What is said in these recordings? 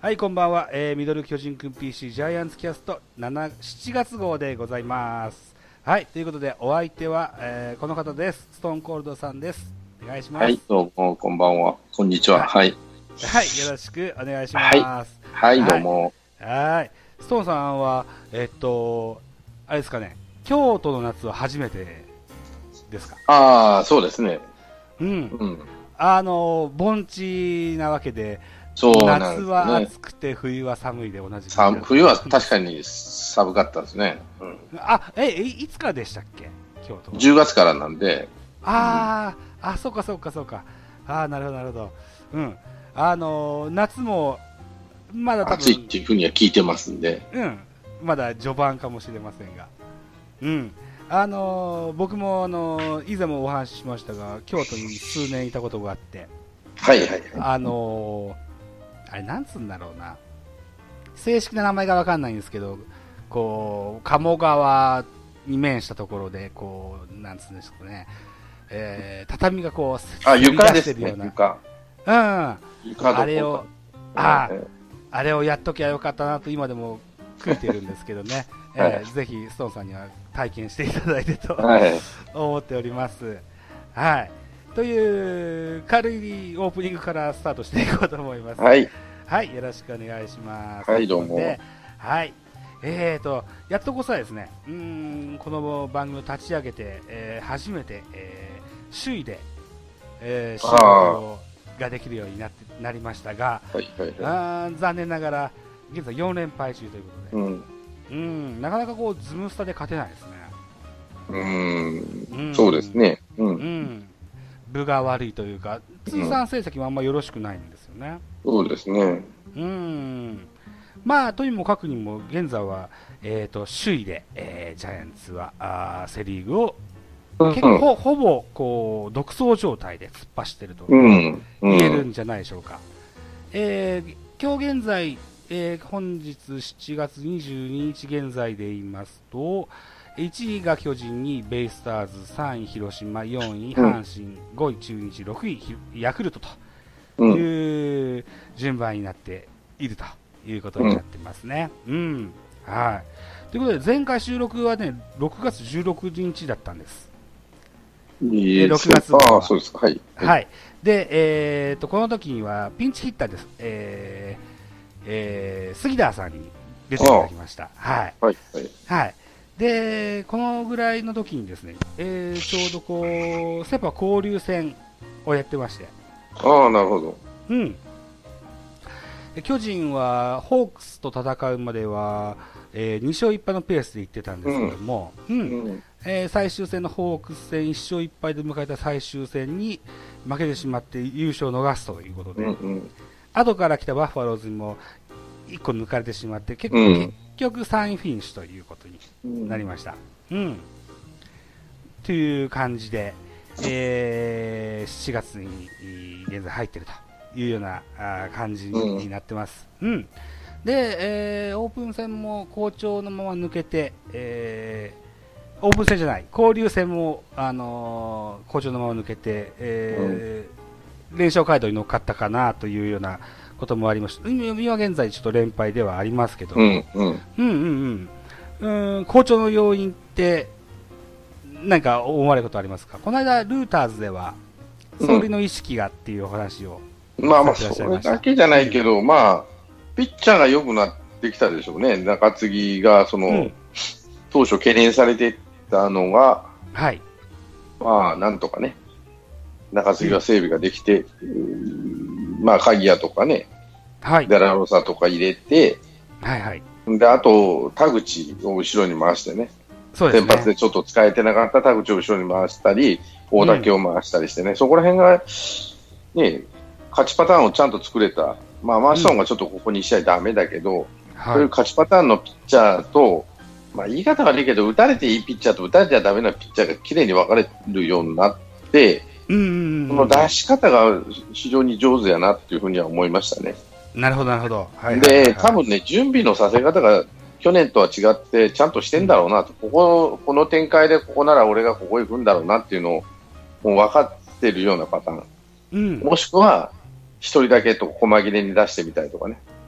はい、こんばんは。ミドル巨人くん PC ジャイアンツキャスト7月号でございます。はい、ということで、お相手は、この方です。ストーンコールドさんです。お願いします。 はい、どうも、こんばんは。こんにちは。はい。 はい、よろしくお願いします。 はい、どうも。 はい。ストーンさんは、あれですかね、京都の夏は初めてですか？ ああ、そうですね。 うん。盆地なわけで、 そうなんですね。 夏は暑くて冬は寒いで同じ。 冬は確かに寒かったですね。 うん、いつからでしたっけ、京都は。 10月からなんで。 そうか。なるほど、なるほど。うん。夏も、まだ多分。 暑いっていうふうには聞いてますんで。 うん。まだ序盤かもしれませんが。うん。僕も以前もお話ししましたが、京都に数年いたことがあって。 はい。 あれなんつうんだろうな。正式な名前がわかんないんですけど、こう、鴨川に面したところで、こう、なんつうんですかね。畳がこう、 床ですね、床。 うん。 床あれをやっときゃよかったなと今でも悔いてるんですけどね。ぜひ、ストーンさんには体験していただいてと、思っております。はい。という軽いオープニングからスタートしていこうと思います。 はい。 はい、よろしくお願いします。 はい、どうも。 はい。やっとこそですね、この番組を立ち上げて、初めて、首位で、仕事ができるようになりましたが、残念ながら、現在4連敗中ということで、なかなかこう、ズムスタで勝てないですね。そうですね。 分が悪いというか、通算成績もあんまよろしくないんですよね。 そうですね。 まあ、とにもかくにも、現在は、首位で、ジャイアンツは、セリーグを、結構、ほぼ、こう、独走状態で突っ走っていると言えるんじゃないでしょうか。今日現在、本日7月22日現在で言いますと、1位が巨人、2位ベイスターズ、3位広島、4位阪神、5位中日、6位ヤクルトという順番になっているということになってますね。はい。ということで、前回収録はね、6月16日だったんです。6月号は。 そうですか。はい。 はい。で、この時にはピンチヒッターです。杉田さんに出ていただきました。はい。で、このぐらいの時にですね、ちょうどこう、セパ交流戦をやってまして。 なるほど。 巨人はホークスと戦うまでは、2勝1敗のペースでいってたんですけども、最終戦のホークス戦1勝1敗で迎えた最終戦に負けてしまって優勝を逃すということで、後から来たバファローズにも1個抜かれてしまって、結局3位フィニッシュということになりました。という感じで、7月に現在入っているというような感じになってます。で、オープン戦も好調のまま抜けて、オープン戦じゃない、交流戦も、好調のまま抜けて、連勝街道に乗っかったかなというようなこともありました。今現在ちょっと連敗ではありますけど、好調の要因って何か思われることありますか？この間ルーターズでは走塁の意識がっていうお話をそれだけじゃないけど、ピッチャーが良くなってきたでしょうね。中継ぎが当初懸念されてたのが、なんとかね、中継ぎは整備ができて、鍵谷とかね、デラロサとか入れて、で、あと、田口を後ろに回してね、先発でちょっと使えてなかった田口を後ろに回したり、大竹を回したりしてね、そこら辺が、ね、勝ちパターンをちゃんと作れた。マーストンがちょっとここ2試合ダメだけど、そういう勝ちパターンのピッチャーと、言い方悪いけど、打たれていいピッチャーと打たれてはダメなピッチャーがきれいに分かれるようになって、その出し方が非常に上手やなっていうふうには思いましたね。 なるほど、なるほど。 で、多分ね、準備のさせ方が去年とは違ってちゃんとしてんだろうなと、この展開でここなら俺がここ行くんだろうなっていうのをもう分かってるようなパターン。もしくは、一人だけと細切れに出してみたりとかね。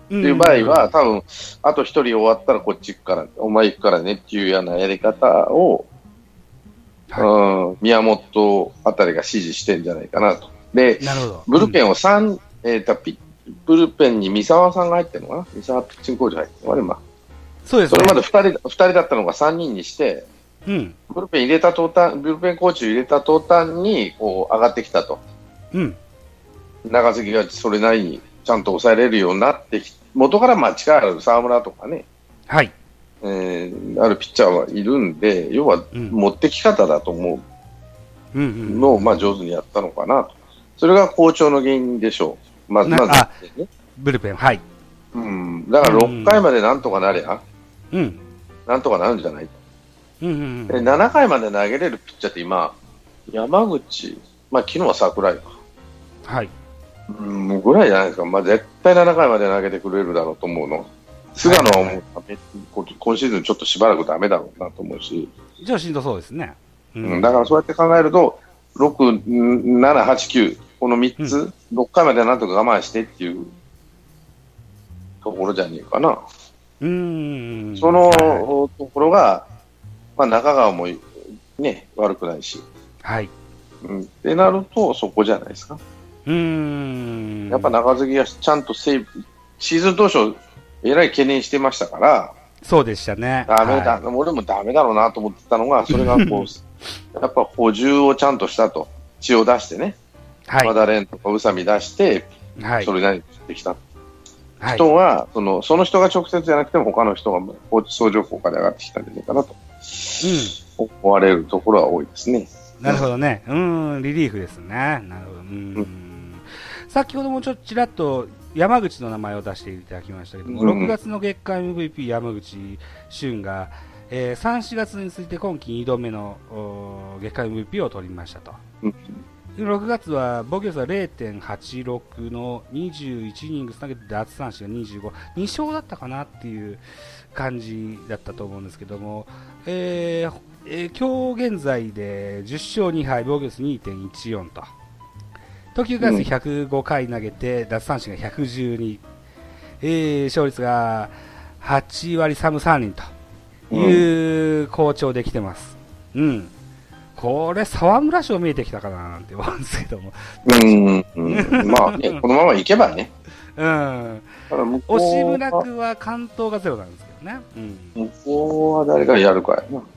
っていう場合は、多分あと1人終わったらこっち行くから、お前行くからねっていうようなやり方を、はい、宮本あたりが指示してるんじゃないかなと。で、ブルペンをブルペンに三沢さんが入ってるのかな、三沢ピッチングコーチ入ってるのかな、 そうですね、 それまで2人だったのが3人にして、ブルペンコーチを入れた途端にこう上がってきたと、中継ぎがそれなりにちゃんと抑えれるようになって元から力ある沢村とかね、はい、あるピッチャーはいるんで、要は持ってき方だと思うのを上手にやったのかなと、それが好調の原因でしょう、まずね、 ブルペン、はい、 だから6回までなんとかなりゃ、なんとかなるんじゃないと。で7回まで投げれるピッチャーって今、山口、昨日は桜井か、はい、ぐらいじゃないですか、絶対7回まで投げてくれるだろうと思うの。菅野はもう、今シーズンちょっとしばらくダメだろうなと思うし、 じゃあしんどそうですね、 だからそうやって考えると、6、7、8、9、この3つ、6回までなんとか我慢してっていうところじゃねえかな。そのところが、中川もね、悪くないし、はい、ってなると、そこじゃないですか。やっぱ中継ぎがちゃんとシーズン当初、えらい懸念してましたから、 そうでしたね、 俺もダメだろうなと思ってたのが、それがこうやっぱ補充をちゃんとしたと、血を出してね、和田蓮とか宇佐美出して、それなりにできた。人はその人が直接じゃなくても他の人がコーチ相乗効果で上がってきたんじゃないかなと、思われるところは多いですね。 なるほどね、リリーフですね。なるほど。先ほどもちらっと山口の名前を出していただきましたけども、6月の月間 MVP 山口俊が、3、4月について今季2度目の月間 MVP を取りましたと。6月は防御率は 0.86 の21イニングス投げて奪三振が25、2勝だったかなっていう感じだったと思うんですけども、今日現在で10勝2敗、防御率 2.14 と、投球回数105回投げて奪三振が112、勝率が8割3分3厘という好調できてます。これ、沢村賞見えてきたかななんて思うんですけども。 まあね、このままいけばね。 押村区は関東がゼロなんですけどね。 向こうは誰がやるかやな。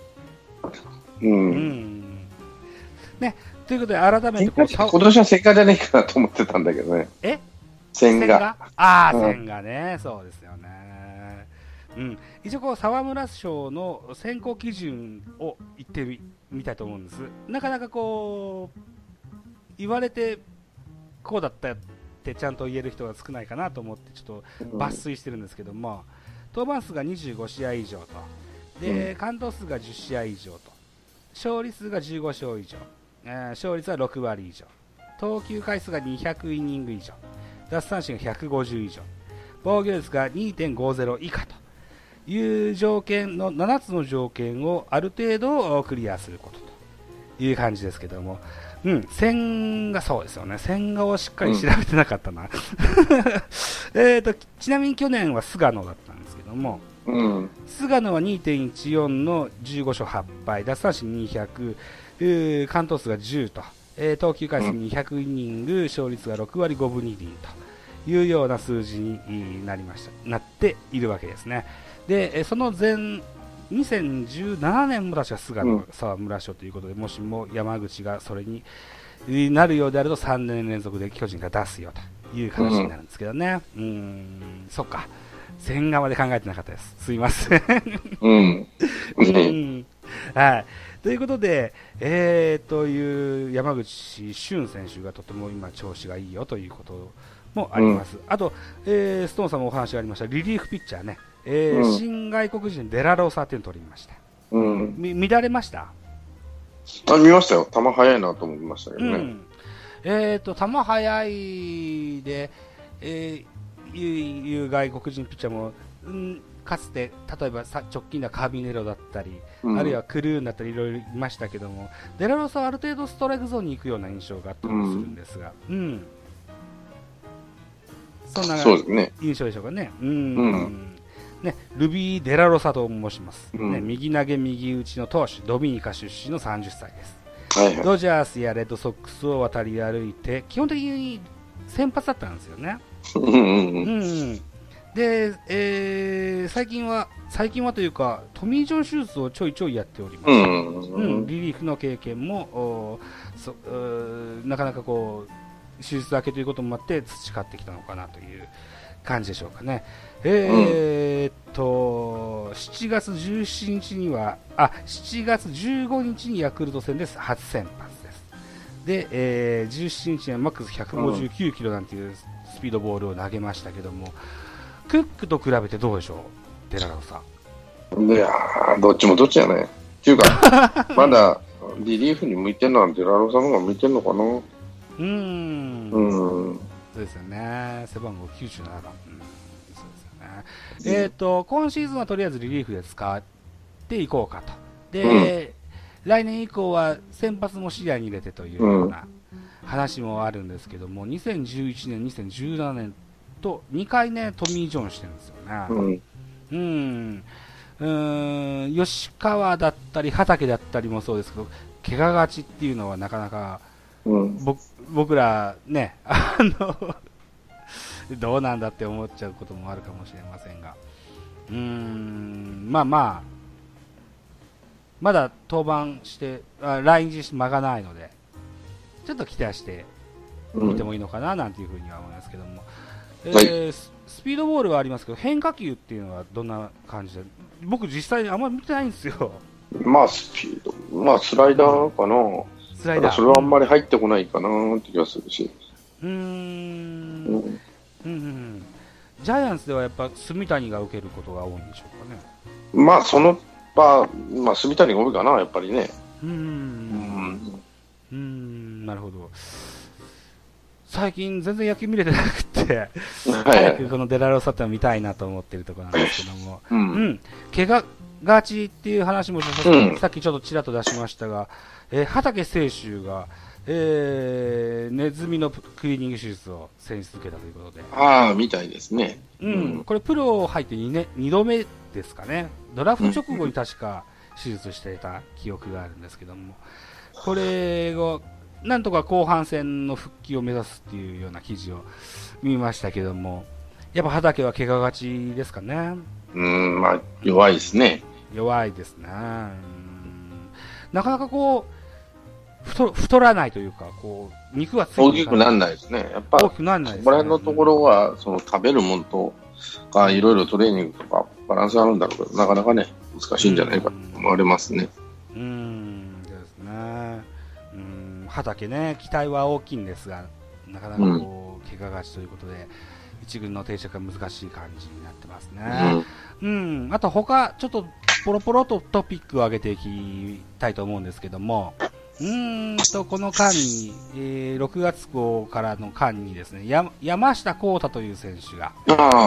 ね、ということで、改めて今年は千賀じゃねえかなと思ってたんだけどね。千賀。 千賀ね、そうですよね。一応沢村賞の選考基準を言ってみたいと思うんです。なかなか言われてこうだったってちゃんと言える人が少ないかなと思ってちょっと抜粋してるんですけども、登板数が25試合以上とで、完投数が10試合以上と、勝利数が15勝以上、勝率は6割以上、投球回数が200イニング以上、奪三振が150以上、防御率が 2.50 以下という条件の7つの条件をある程度クリアすることという感じですけども、千賀、そうですよね、千賀をしっかり調べてなかったな、ちなみに去年は菅野だったんですけども、菅野は 2.14 の15勝8敗、奪三振200、完投数が10と、投球回数200イニング、勝率が6割5分2厘というような数字になっているわけですね。で、その2017年も確か菅野沢村賞ということで、もしも山口がそれになるようであると3年連続で巨人が出すよという形になるんですけどね。そっか、千賀まで考えてなかったです。すいません。はい。ということで、という山口俊選手がとても今調子がいいよということもあります。あと、ストーンさんもお話がありましたリリーフピッチャーね、新外国人デラロサというのを取りました。乱れました？ 見ましたよ。球速いなと思いましたけどね。 球速いで、いう外国人ピッチャーも、かつて例えば直近ではカービネロだったり、あるいはクルーンだったりいろいろいましたけども、デラロサはある程度ストライクゾーンに行くような印象があったりするんですが、 そんな印象でしょうかね。ね、ルビー・デラロサと申します、ね。右投げ右打ちの投手、ドミニカ出身の30歳です。ドジャースやレッドソックスを渡り歩いて、基本的に先発だったんですよね。で、最近はというか、トミー・ジョン手術をちょいちょいやっております。リリーフの経験もなかなかこう手術明けということもあって培ってきたのかなという感じでしょうかね。7月17日には7月15日にヤクルト戦です初先発です。で、17日にはマックス159キロなんていうスピードボールを投げましたけども、クックと比べてどうでしょう、デラロサ。 いやー、どっちもどっちやね。っていうか、まだリリーフに向いてるのはデラロサの方が向いてるのかな。 そうですよね。背番号97番。そうですよね。今シーズンはとりあえずリリーフで使っていこうかと。で、来年以降は先発も視野に入れてというような話もあるんですけども、2011年、2017年と2回ね、トミー・ジョンしてるんですよね。吉川だったり、畠だったりもそうですけど、怪我がちっていうのはなかなか、僕らね、どうなんだって思っちゃうこともあるかもしれませんが、まだ登板して来日して間がないので、ちょっと期待して見てもいいのかななんていうふうには思いますけども、スピードボールはありますけど、変化球っていうのはどんな感じで、僕実際にあんまり見てないんですよ。 スピード、スライダーかな。スライダー。それはあんまり入ってこないかなって気がするし。ジャイアンツではやっぱ住谷が受けることが多いんでしょうかね。 その場、住谷が多いかな、やっぱりね。 なるほど。最近全然野球見れてなくて、早くこのデラロサっての見たいなと思っているところなんですけども、怪我がちっていう話もさっきちょっとちらっと出しましたが、畠選手が、ネズミのクリーニング手術を先日受けたということで。 みたいですね。 これプロ入って2度目ですかね。ドラフト直後に確か手術していた記憶があるんですけども、これをなんとか後半戦の復帰を目指すっていうような記事を見ましたけども、やっぱ畠は怪我がちですかね。 弱いですね。 弱いですね。なかなかこう太らないというか、こう肉がついて大きくならないですね。やっぱ大きくならないですね。ここら辺のところはその食べるものとかいろいろトレーニングとかバランスあるんだろうけど、なかなかね難しいんじゃないかと思われますね。 ですね。畠ね、期待は大きいんですが、なかなかこう怪我がちということで一軍の定着が難しい感じになってますね。あと他ちょっとポロポロとトピックを上げていきたいと思うんですけども、この間に、6月号からの間にですね、山下幸太という選手が、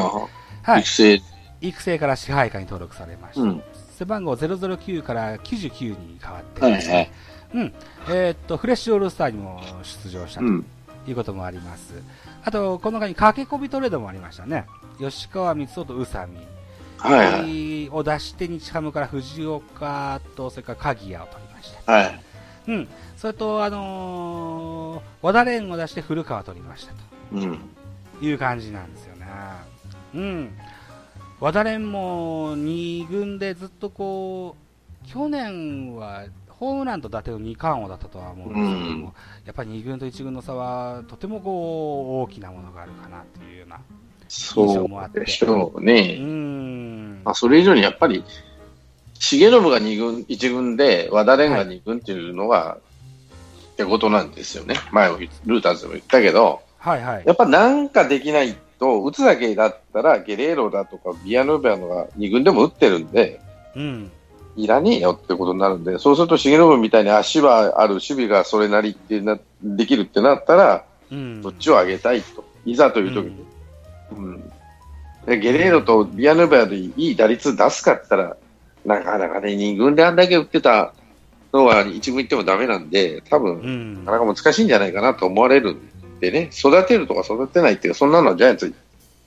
育成から支配下に登録されました。背番号009から99に変わってますね。フレッシュオールスターにも出場したということもあります。あと、この間に駆け込みトレードもありましたね。吉川光夫と宇佐美を出して、日ハムから藤岡と、それから鍵谷を取りました。それと、和田蓮を出して古川を取りましたという感じなんですよね。和田蓮も2軍でずっとこう、去年はホームランと打点の2冠王だったとは思うんですけども、やっぱり2軍と1軍の差はとてもこう大きなものがあるかなというような印象もあって。 そうでしょうね。それ以上にやっぱり、重信が2軍、1軍で和田蓮が2軍っていうのが、ってことなんですよね。前をルーターズでも言ったけど、やっぱなんかできないと、打つだけだったらゲレーロだとかビアノベアのが2軍でも打ってるんで、いらねえよってことになるんで、そうすると重信みたいに足はある、守備がそれなりってできるってなったら、そっちを上げたいと。いざという時に。でゲレーロとビアノベアでいい打率出すかって言ったら、なかなかね、2軍であんだけ打ってたのは1軍行ってもダメなんで、多分、なかなか難しいんじゃないかなと思われるんでね、育てるとか育てないっていうか、そんなのはジャイアンツ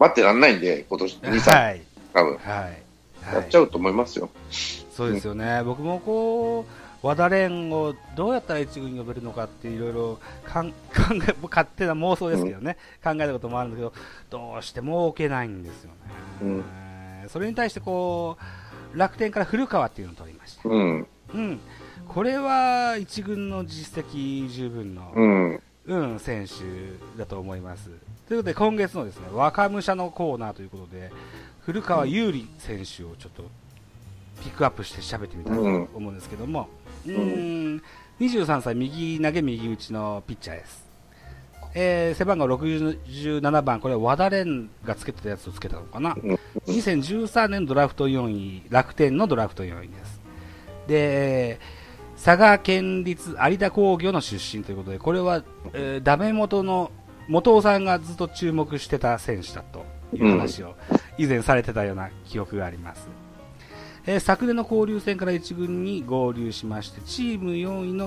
待ってらんないんで、今年2、3、 はい。 多分、 はい。 やっちゃうと思いますよ。 そうですよね。僕もこう、和田蓮をどうやったら一軍に呼べるのかっていろいろ勝手な妄想ですけどね、考えたこともあるんだけど、どうしても置けないんですよね。それに対してこう、楽天から古川っていうのを取りました。これは一軍の実績十分の、選手だと思います。ということで今月のですね、若武者のコーナーということで、古川優里選手をちょっとピックアップして喋ってみたいと思うんですけども、23歳右投げ右打ちのピッチャーです。背番号67番、これは和田蓮がつけてたやつをつけたのかな。2013年ドラフト4位、楽天のドラフト4位です。で、佐賀県立有田工業の出身ということで、これは、ダメ元の元尾さんがずっと注目してた選手だという話を以前されてたような記憶があります。昨年の交流戦から1軍に合流しまして、チーム4位の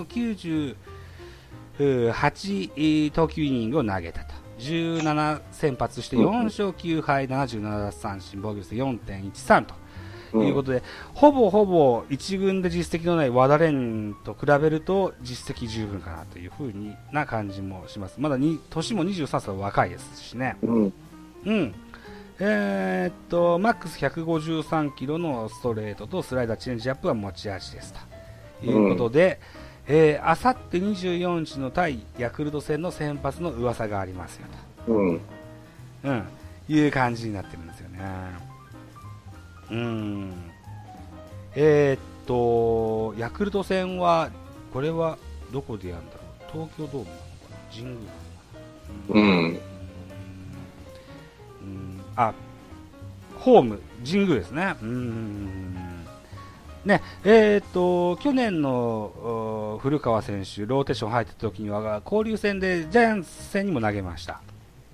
98投球イニングを投げたと。17先発して4勝9敗77奪三振、防御率 4.13 ということで、ほぼほぼ1軍で実績のない和田蓮と比べると実績十分かなというふうな感じもします。まだ年も23歳若いですしね。マックス153キロのストレートとスライダー、チェンジアップは持ち味ですということで、あさって24日の対ヤクルト戦の先発の噂がありますよと、いう感じになってるんですよね。ヤクルト戦はこれはどこでやるんだろう。東京ドームなのかな、神宮なのかな。ホーム、神宮ですね。ね、去年の古川選手、ローテーション入ってた時には、交流戦でジャイアンツ戦にも投げました。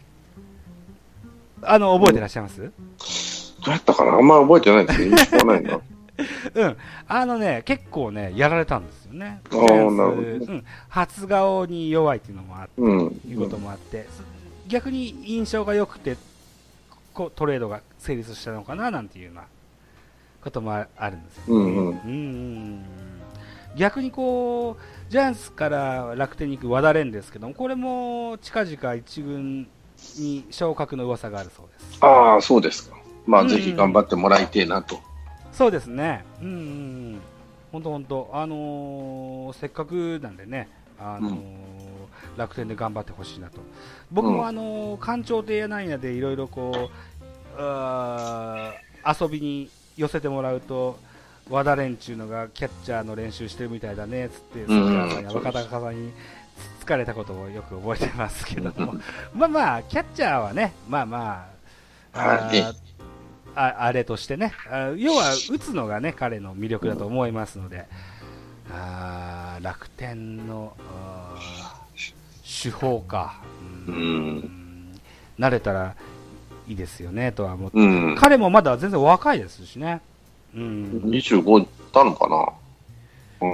覚えてらっしゃいます？ どうやったかな、あんま覚えてないですけど、印象ないな。 結構ね、やられたんですよね。ジャイアンツ、初顔に弱いっていうのもあって、いうこともあって、逆に印象が良くて、トレードが成立したのかななんていうようなこともあるんですよね。逆にこうジャイアンツから楽天に行く和田蓮ですけども、これも近々一軍に昇格の噂があるそうです。 ああ、そうですか。まあ、ぜひ頑張ってもらいたいなと。 そうですね。本当、せっかくなんでね、楽天で頑張ってほしいなと。僕も官庁亭やなんやでいろいろこう遊びに寄せてもらうと、和田蓮中のがキャッチャーの練習してるみたいだねっつって杉原さんや若隆さんに疲れたことをよく覚えてますけどもまあキャッチャーはね、あれとしてね、要は打つのがね彼の魅力だと思いますので、楽天の手法か、慣れたらいいですよねとは思って、彼もまだ全然若いですしね。 25たのかな。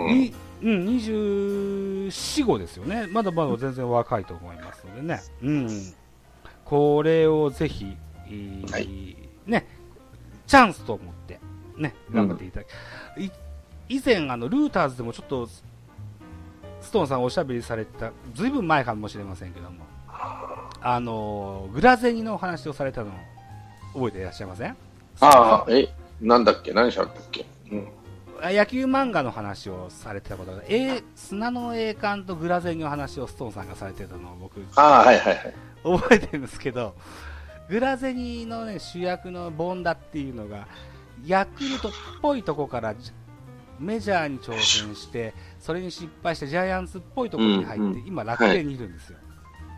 24、5ですよね。まだまだ全然若いと思いますのでね。これをぜひ、ね、チャンスと思ってね頑張っていただき、以前ルーターズでもちょっとストーンさんおしゃべりされた、ずいぶん前かもしれませんけども、グラゼニのお話をされたの覚えていらっしゃいません？ なんだっけ、何しゃったっけ。 野球漫画の話をされてたことが、砂の栄冠とグラゼニの話をストーンさんがされてたのを僕覚えてるんですけど、グラゼニのね主役のボンダっていうのがヤクルトっぽいとこからメジャーに挑戦して、それに失敗してジャイアンツっぽいところに入って、今楽天にいるんですよ。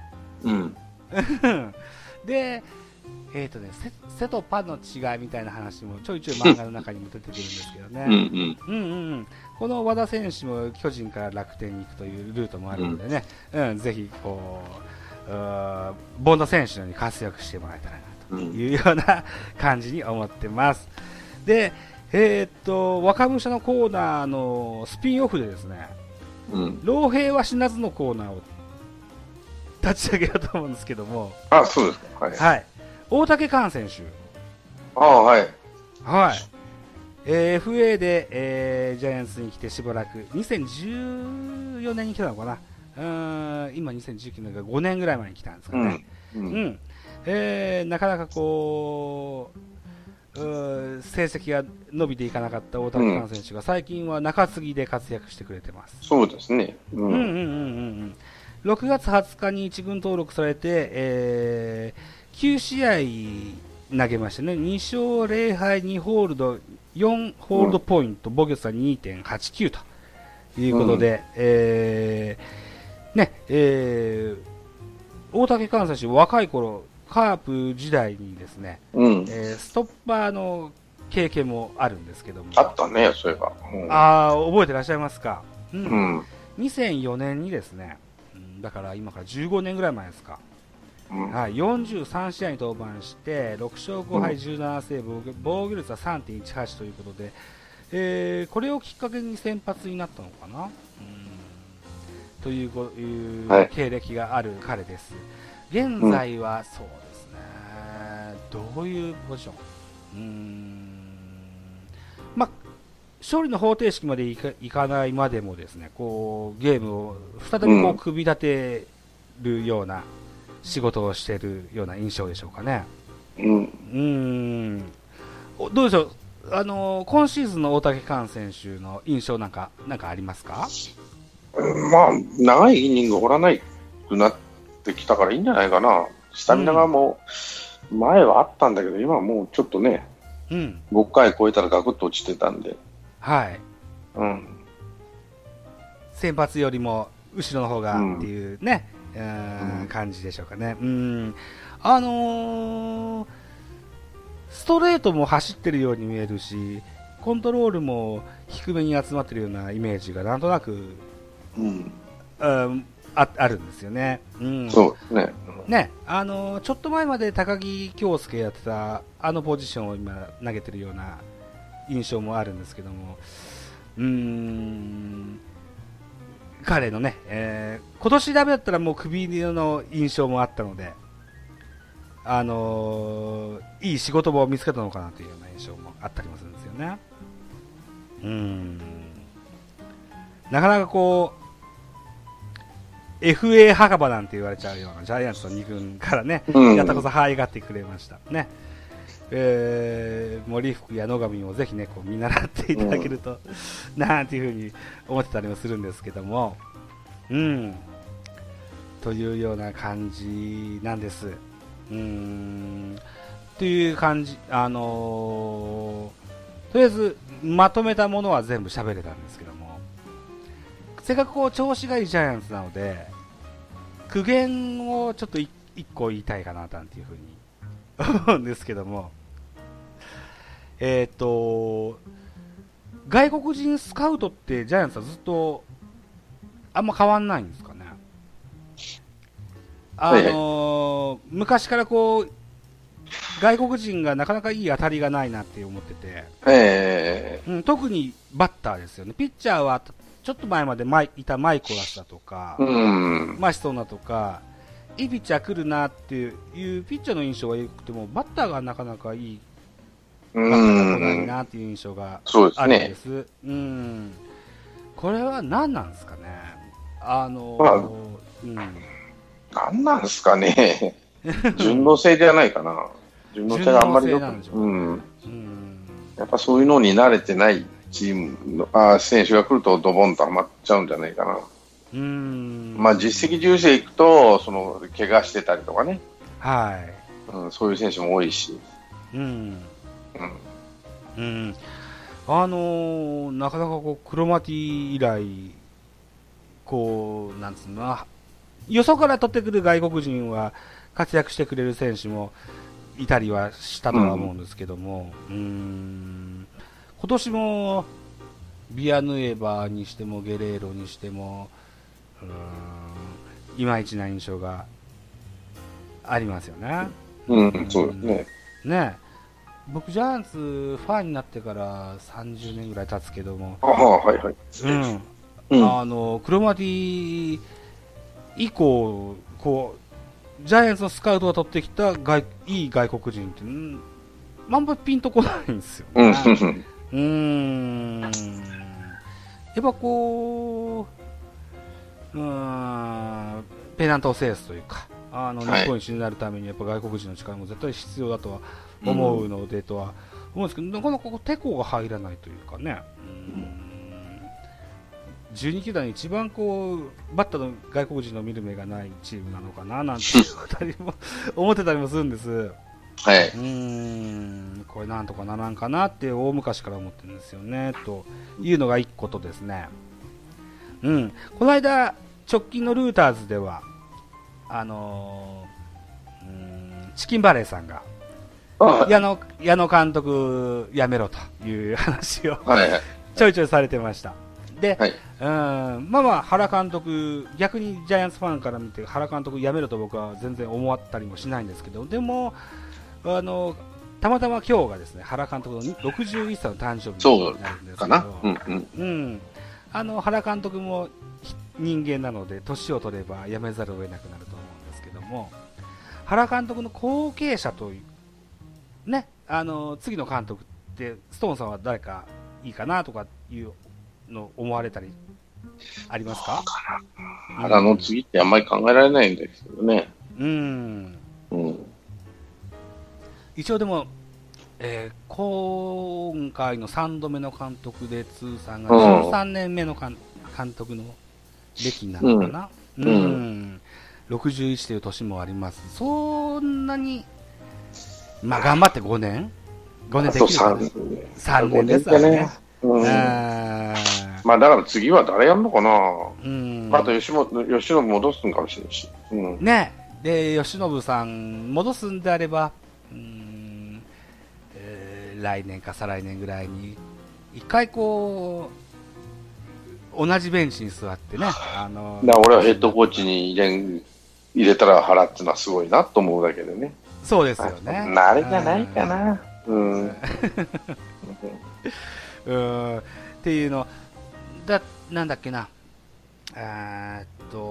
で、セとパの違いみたいな話もちょいちょい漫画の中にも出てくるんですけどね。この和田選手も巨人から楽天に行くというルートもあるのでね、ぜひこうボンダ選手のように活躍してもらえたらなというような感じに思ってます。で、若武者のコーナーのスピンオフでですね、老兵は死なずのコーナーを立ち上げようと思うんですけども、 そうですか。 はい。 大竹寛選手。 はい。 はい。FA で、ジャイアンツに来てしばらく、2014年に来たのかな。今2019年が5年ぐらい前に来たんですかね。なかなかこう、成績が伸びていかなかった大竹寛選手が最近は中継ぎで活躍してくれてます。 そうですね。 6月20日に1軍登録されて、9試合投げましたね。2勝0敗2ホールド、4ホールドポイント、防御率は 2.89 ということで、大竹寛選手、若い頃、カープ時代にですね、ストッパーの経験もあるんですけども。 あったね、そういえば。 覚えてらっしゃいますか。2004年にですね、だから今から15年ぐらい前ですか。43試合に登板して、6勝5敗17セーブ、防御率は 3.18 ということで、これをきっかけに先発になったのかな、という経歴がある彼です。現在はそうですね、どういうポジション、勝利の方程式までいかないまでもですね、こうゲームを再びこう組み立てるような仕事をしているような印象でしょうかね。どうでしょう、今シーズンの大竹寛選手の印象なんかありますか？ 長いイニングを掘らないくなってきたからいいんじゃないかな。スタミナがもう、前はあったんだけど、今はもうちょっとね、5回超えたらガクッと落ちてたんで。 先発よりも後ろの方がっていうね、感じでしょうかね。ストレートも走ってるように見えるし、コントロールも低めに集まってるようなイメージがなんとなく、あるんですよね。 そうですね。ちょっと前まで高木京介やってたあのポジションを今投げてるような印象もあるんですけども、彼のね、今年ダメだったらもうクビの印象もあったので、いい仕事場を見つけたのかなというような印象もあったりもするんですよね。なかなかこう、FA 墓場なんて言われちゃうようなジャイアンツの2軍からね、やったこそ這い上がってくれましたね。森福や野上もぜひね、こう見習っていただけると、なんていうふうに思ってたりもするんですけども、というような感じなんです。という感じ、とりあえずまとめたものは全部喋れたんですけども、せっかくこう調子がいいジャイアンツなので、苦言をちょっと一個言いたいかななんていうふうに思うんですけども、外国人スカウトってジャイアンツはずっとあんま変わんないんですかね。昔からこう外国人がなかなかいい当たりがないなって思ってて、特にバッターですよね。ピッチャーはちょっと前までいたマイコラスだとか、マシソンだとか、いいピッチャー来るなっていうピッチャーの印象は良くても、バッターがなかなかいいバッターが来ないなっていう印象があるんです。これは何なんですかね。 何なんですかね。順応性じゃないかな。順応性があんまりよく、やっぱそういうのに慣れてないチームの選手が来るとドボンとはまっちゃうんじゃないかな。実績重視でいくと、怪我してたりとかね。そういう選手も多いし。 なかなかこうクロマティ以来、こうなんつうの、よそから取ってくる外国人は活躍してくれる選手もいたりはしたとは思うんですけども、今年もビアヌエバーにしてもゲレーロにしてもいまいちな印象がありますよね。 そうですね。僕ジャイアンツファンになってから30年ぐらい経つけども、クロマティ以降こジャイアンツのスカウトが取ってきたいい外国人って、あんまりピンとこないんですよ、ね。やっぱこう、ペナントを制すというか、日本一になるためにやっぱ外国人の力も絶対必要だとは思うのでとは思うんですけど、なかなかテコが入らないというかね。12球団一番こうバッターの外国人の見る目がないチームなのかななんて思ってたりもするんです。 はい。 これなんとかならんかなって大昔から思ってるんですよねというのが一個とですね。この間直近のルーターズではチキンバレーさんが矢野監督辞めろという話をちょいちょいされてました。で、原監督、逆にジャイアンツファンから見て原監督辞めろと僕は全然思ったりもしないんですけど、でもたまたま今日がですね原監督の61歳の誕生日になるんですけど、原監督も人間なので年を取れば辞めざるを得なくなると思うんですけども、原監督の後継者というね、次の監督ってストーンさんは誰かいいかなとかいうの思われたりありますか？ 原の次ってあんまり考えられないんですけどね。 一応でも、今回の3度目の監督で通算が13年目の監督の歴になるのかな。61という年もあります。そんなに頑張って5年できるかな。3年ですからね。 だから次は誰やるのかな。あと吉野戻すんかもしれないし。 ね。で吉野さん戻すんであれば、来年か再来年ぐらいに一回こう同じベンチに座ってね。 俺はヘッドコーチに入れたら原ってのはすごいなと思うだけでね。 そうですよね。 あれじゃないかな。 っていうのなんだっけな、なんだっ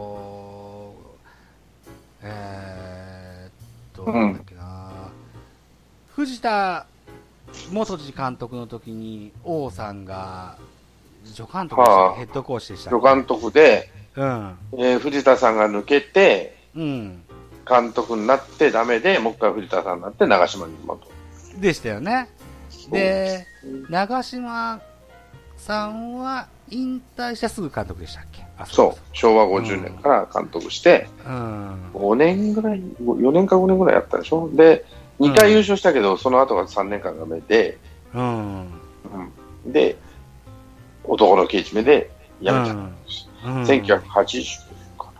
けな、藤田元次監督の時に王さんが助監督でしたヘッドコーチでした助監督で、藤田さんが抜けて、監督になってダメでもう一回藤田さんになって長嶋に戻るでしたよね。で長嶋さんは引退してすぐ監督でしたっけ？ そう、昭和50年から監督して、5年ぐらい、4年か5年ぐらいやったでしょ。で、2回優勝したけど、その後が3年間が目で、で、男のケーチ目で辞めちゃったんです。1980年か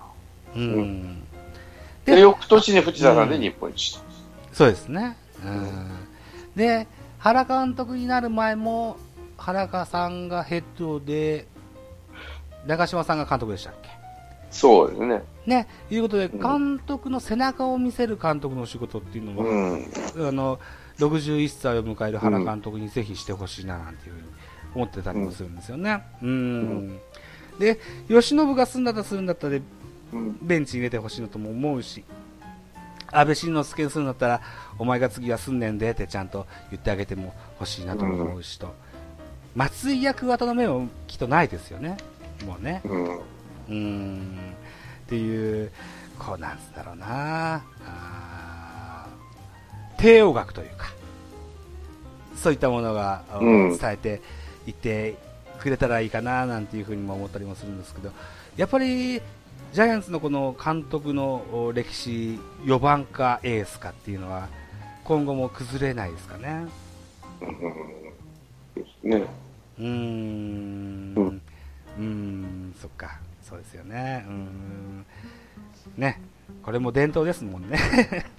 な。で、翌年に藤田さんで日本一と。 そうですね。で、原監督になる前も、原川さんがヘッドで、長嶋さんが監督でしたっけ？ そうですね。 ね、いうことで、監督の背中を見せる監督の仕事っていうのは、61歳を迎える原監督にぜひしてほしいななんていうふうに思ってたりもするんですよね。で、由伸がするんだったら、ベンチに入れてほしいなとも思うし、安倍晋之助にするんだったら、お前が次はすんねんでってちゃんと言ってあげてもほしいなと思うしと。松井や桑田の目もきっとないですよね、もうね。っていう、こうなんつだろうな、帝王学というか、そういったものが伝えていってくれたらいいかななんていうふうにも思ったりもするんですけど、やっぱりジャイアンツのこの監督の歴史、4番かエースかっていうのは今後も崩れないですかね。そっか、そうですよね。ね、これも伝統ですもんね。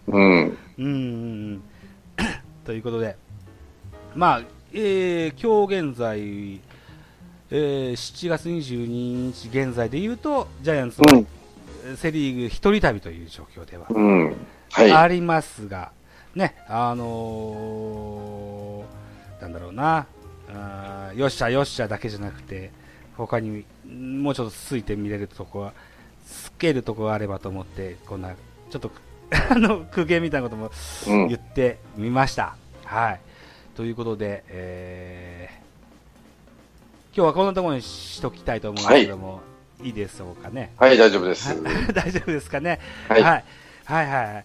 ということで、今日現在、7月22日現在でいうと、ジャイアンツはセ・リーグ一人旅という状況ではありますが、ね、なんだろうな、よっしゃよっしゃだけじゃなくて、他にもうちょっとついて見れるとこは、つけるとこがあればと思って、こんなちょっと苦言みたいなことも言ってみました。はい。ということで、今日はこんなところにしときたいと思うんですけども、いいでしょうかね。 はい、大丈夫です。 大丈夫ですかね。 はい。 はい。はい。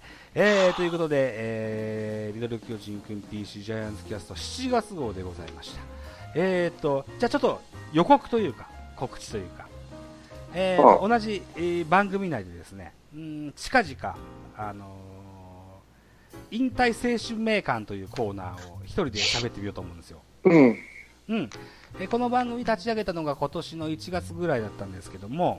ということで、リトル巨人くん PC ジャイアンツキャスト7月号でございました。じゃあちょっと予告というか、告知というか、同じ、番組内でですね、近々、引退青春名鑑というコーナーを一人で喋ってみようと思うんですよ。この番組立ち上げたのが今年の1月ぐらいだったんですけども、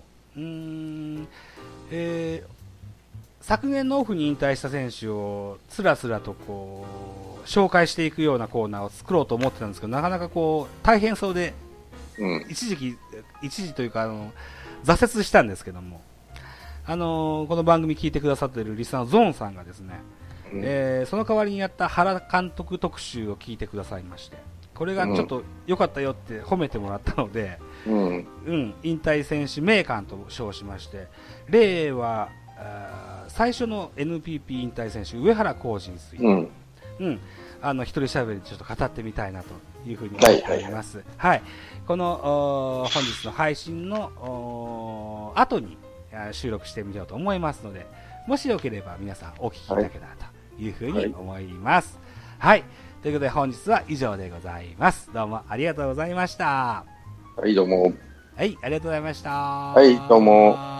昨年のオフに引退した選手をつらつらとこう紹介していくようなコーナーを作ろうと思ってたんですけど、なかなかこう大変そうで、一時というか挫折したんですけども、この番組聞いてくださっているリスナーのゾーンさんがですね、その代わりにやった原監督特集を聞いてくださいまして、これがちょっと良かったよって褒めてもらったので、引退選手名鑑と称しまして、令和最初の NPP 引退選手上原浩二について、一人喋りでちょっと語ってみたいなというふうに思っております。この本日の配信の後に収録してみようと思いますので、もしよければ皆さんお聞きいただけたらというふうに思います。はい。ということで本日は以上でございます。どうもありがとうございました。 はい、どうも。 はい、ありがとうございました。 はい、どうも。